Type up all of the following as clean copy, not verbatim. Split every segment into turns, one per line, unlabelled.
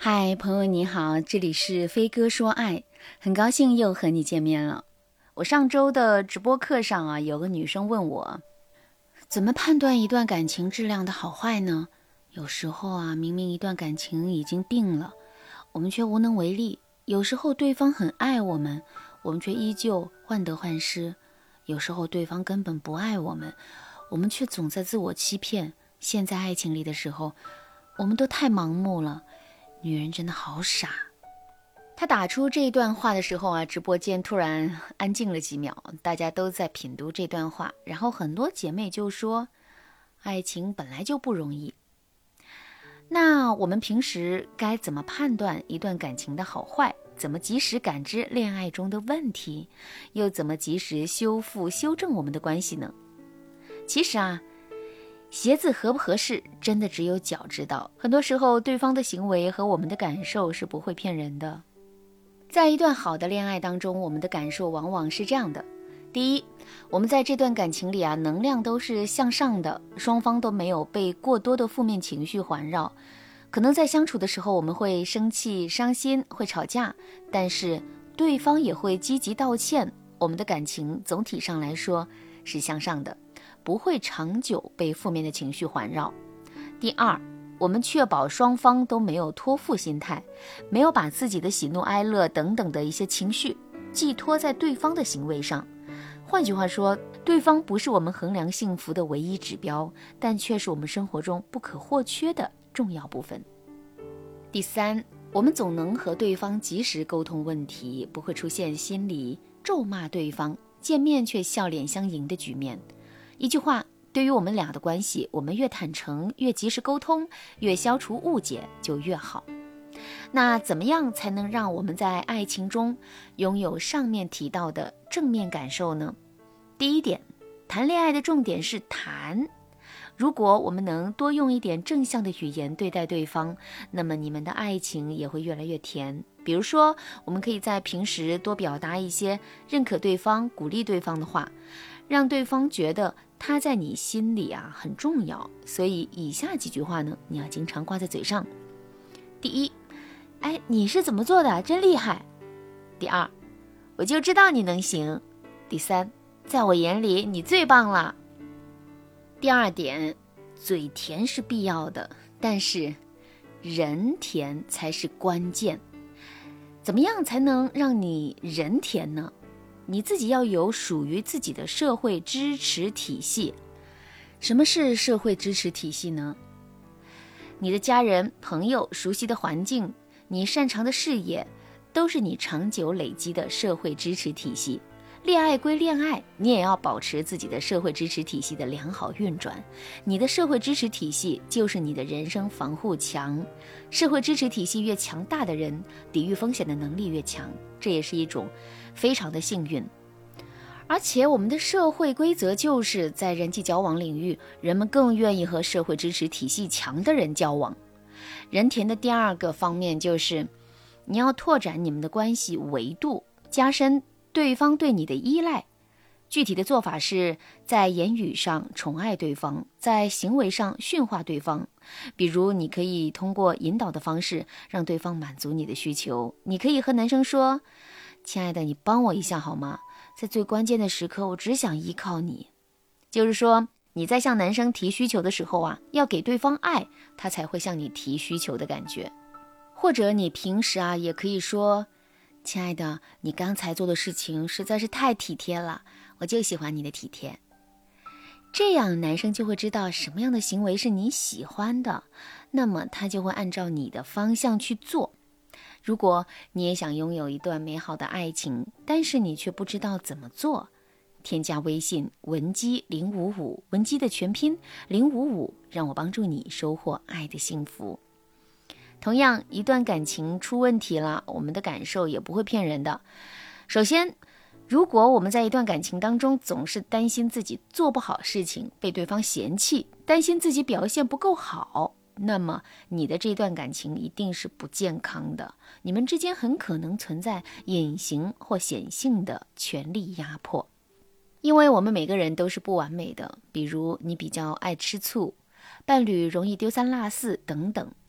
嗨，朋友你好，这里是飞哥说爱，很高兴又和你见面了。我上周的直播课上啊，有个女生问我，怎么判断一段感情质量的好坏呢？有时候啊，明明一段感情已经定了，我们却无能为力；有时候对方很爱我们，我们却依旧患得患失；有时候对方根本不爱我们，我们却总在自我欺骗。陷在爱情里的时候，我们都太盲目了。女人真的好傻。他打出这段话的时候啊，直播间突然安静了几秒，大家都在品读这段话，然后很多姐妹就说，爱情本来就不容易。那我们平时该怎么判断一段感情的好坏？怎么及时感知恋爱中的问题？又怎么及时修复、修正我们的关系呢？其实啊，鞋子合不合适，真的只有脚知道。很多时候，对方的行为和我们的感受是不会骗人的。在一段好的恋爱当中，我们的感受往往是这样的：第一，我们在这段感情里啊，能量都是向上的，双方都没有被过多的负面情绪环绕。可能在相处的时候，我们会生气、伤心，会吵架，但是对方也会积极道歉。我们的感情总体上来说是向上的，不会长久被负面的情绪环绕。第二，我们确保双方都没有托付心态，没有把自己的喜怒哀乐等等的一些情绪寄托在对方的行为上。换句话说，对方不是我们衡量幸福的唯一指标，但却是我们生活中不可或缺的重要部分。第三，我们总能和对方及时沟通问题，不会出现心里咒骂对方，见面却笑脸相迎的局面。一句话，对于我们俩的关系，我们越坦诚，越及时沟通，越消除误解，就越好。那怎么样才能让我们在爱情中拥有上面提到的正面感受呢？第一点，谈恋爱的重点是谈。如果我们能多用一点正向的语言对待对方，那么你们的爱情也会越来越甜。比如说，我们可以在平时多表达一些认可对方、鼓励对方的话，让对方觉得他在你心里啊很重要。所以以下几句话呢，你要经常挂在嘴上。第一，哎，你是怎么做的？真厉害。第二，我就知道你能行。第三，在我眼里你最棒了。第二点，嘴甜是必要的，但是人甜才是关键。怎么样才能让你人甜呢？你自己要有属于自己的社会支持体系。什么是社会支持体系呢？你的家人、朋友、熟悉的环境，你擅长的事业，都是你长久累积的社会支持体系。恋爱归恋爱，你也要保持自己的社会支持体系的良好运转。你的社会支持体系就是你的人生防护墙。社会支持体系越强大的人，抵御风险的能力越强，这也是一种非常的幸运。而且我们的社会规则就是在人际交往领域，人们更愿意和社会支持体系强的人交往。人甜的第二个方面就是，你要拓展你们的关系维度，加深对方对你的依赖。具体的做法是在言语上宠爱对方，在行为上驯化对方。比如你可以通过引导的方式让对方满足你的需求。你可以和男生说，亲爱的，你帮我一下好吗？在最关键的时刻，我只想依靠你。就是说，你在向男生提需求的时候啊，要给对方爱，他才会向你提需求的感觉。或者你平时啊，也可以说，亲爱的，你刚才做的事情实在是太体贴了，我就喜欢你的体贴。这样男生就会知道什么样的行为是你喜欢的，那么他就会按照你的方向去做。如果你也想拥有一段美好的爱情，但是你却不知道怎么做，添加微信文姬055，文姬的全拼055，让我帮助你收获爱的幸福。同样，一段感情出问题了，我们的感受也不会骗人的。首先，如果我们在一段感情当中总是担心自己做不好事情，被对方嫌弃，担心自己表现不够好，那么你的这段感情一定是不健康的，你们之间很可能存在隐形或显性的权力压迫。因为我们每个人都是不完美的，比如你比较爱吃醋，伴侣容易丢三落四等等。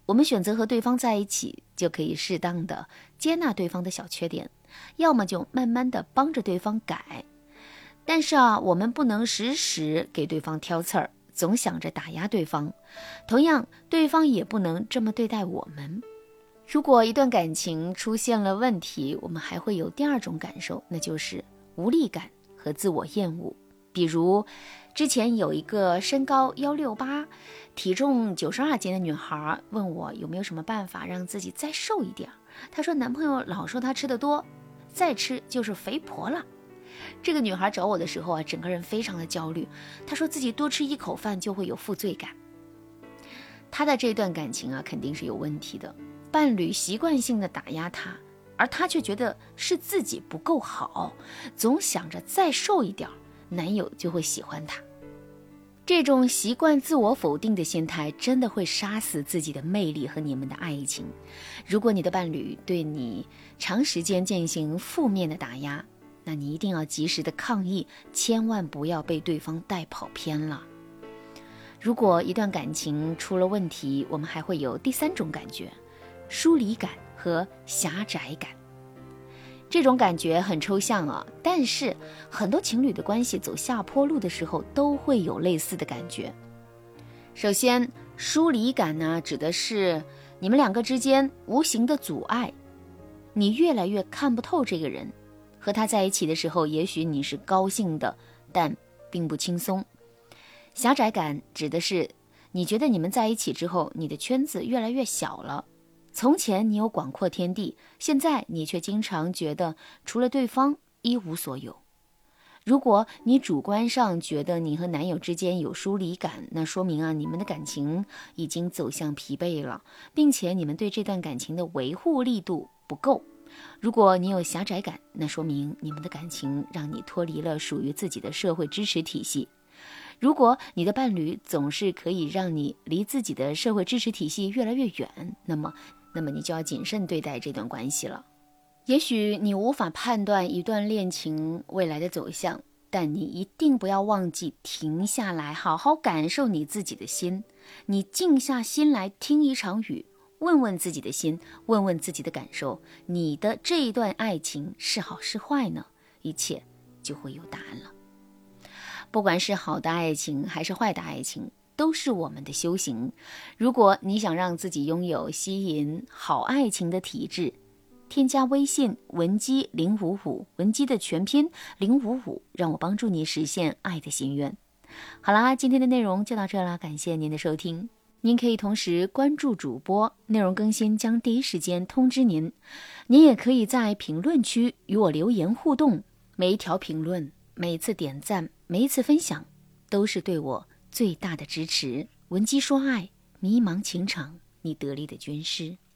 我们选择和对方在一起，就可以适当的接纳对方的小缺点，要么就慢慢的帮着对方改。但是我们不能时时给对方挑刺儿，总想着打压对方，同样对方也不能这么对待我们。如果一段感情出现了问题，我们还会有第二种感受，那就是无力感和自我厌恶。比如之前有一个身高168体重92斤的女孩问我有没有什么办法让自己再瘦一点。她说男朋友老说她吃得多，再吃就是肥婆了。这个女孩找我的时候整个人非常的焦虑，她说自己多吃一口饭就会有负罪感。她的这段感情肯定是有问题的，伴侣习惯性的打压她，而她却觉得是自己不够好，总想着再瘦一点男友就会喜欢她。这种习惯自我否定的心态真的会杀死自己的魅力和你们的爱情。如果你的伴侣对你长时间进行负面的打压，那你一定要及时的抗议，千万不要被对方带跑偏了。如果一段感情出了问题，我们还会有第三种感觉，疏离感和狭窄感。这种感觉很抽象但是很多情侣的关系走下坡路的时候都会有类似的感觉。首先，疏离感呢，指的是你们两个之间无形的阻碍，你越来越看不透这个人，和他在一起的时候也许你是高兴的，但并不轻松。狭窄感指的是你觉得你们在一起之后，你的圈子越来越小了。从前你有广阔天地，现在你却经常觉得除了对方一无所有。如果你主观上觉得你和男友之间有疏离感，那说明你们的感情已经走向疲惫了，并且你们对这段感情的维护力度不够。如果你有狭窄感，那说明你们的感情让你脱离了属于自己的社会支持体系。如果你的伴侣总是可以让你离自己的社会支持体系越来越远，那么你就要谨慎对待这段关系了。也许你无法判断一段恋情未来的走向，但你一定不要忘记停下来，好好感受你自己的心。你静下心来听一场雨，问问自己的心，问问自己的感受，你的这一段爱情是好是坏呢？一切就会有答案了。不管是好的爱情还是坏的爱情，都是我们的修行。如果你想让自己拥有吸引好爱情的体质，添加微信文姬055，文姬的全拼055，让我帮助你实现爱的心愿。好啦，今天的内容就到这了，感谢您的收听。您可以同时关注主播，内容更新将第一时间通知您。您也可以在评论区与我留言互动，每一条评论，每一次点赞，每一次分享，都是对我最大的支持。文姬说爱，迷茫情场，你得力的军师。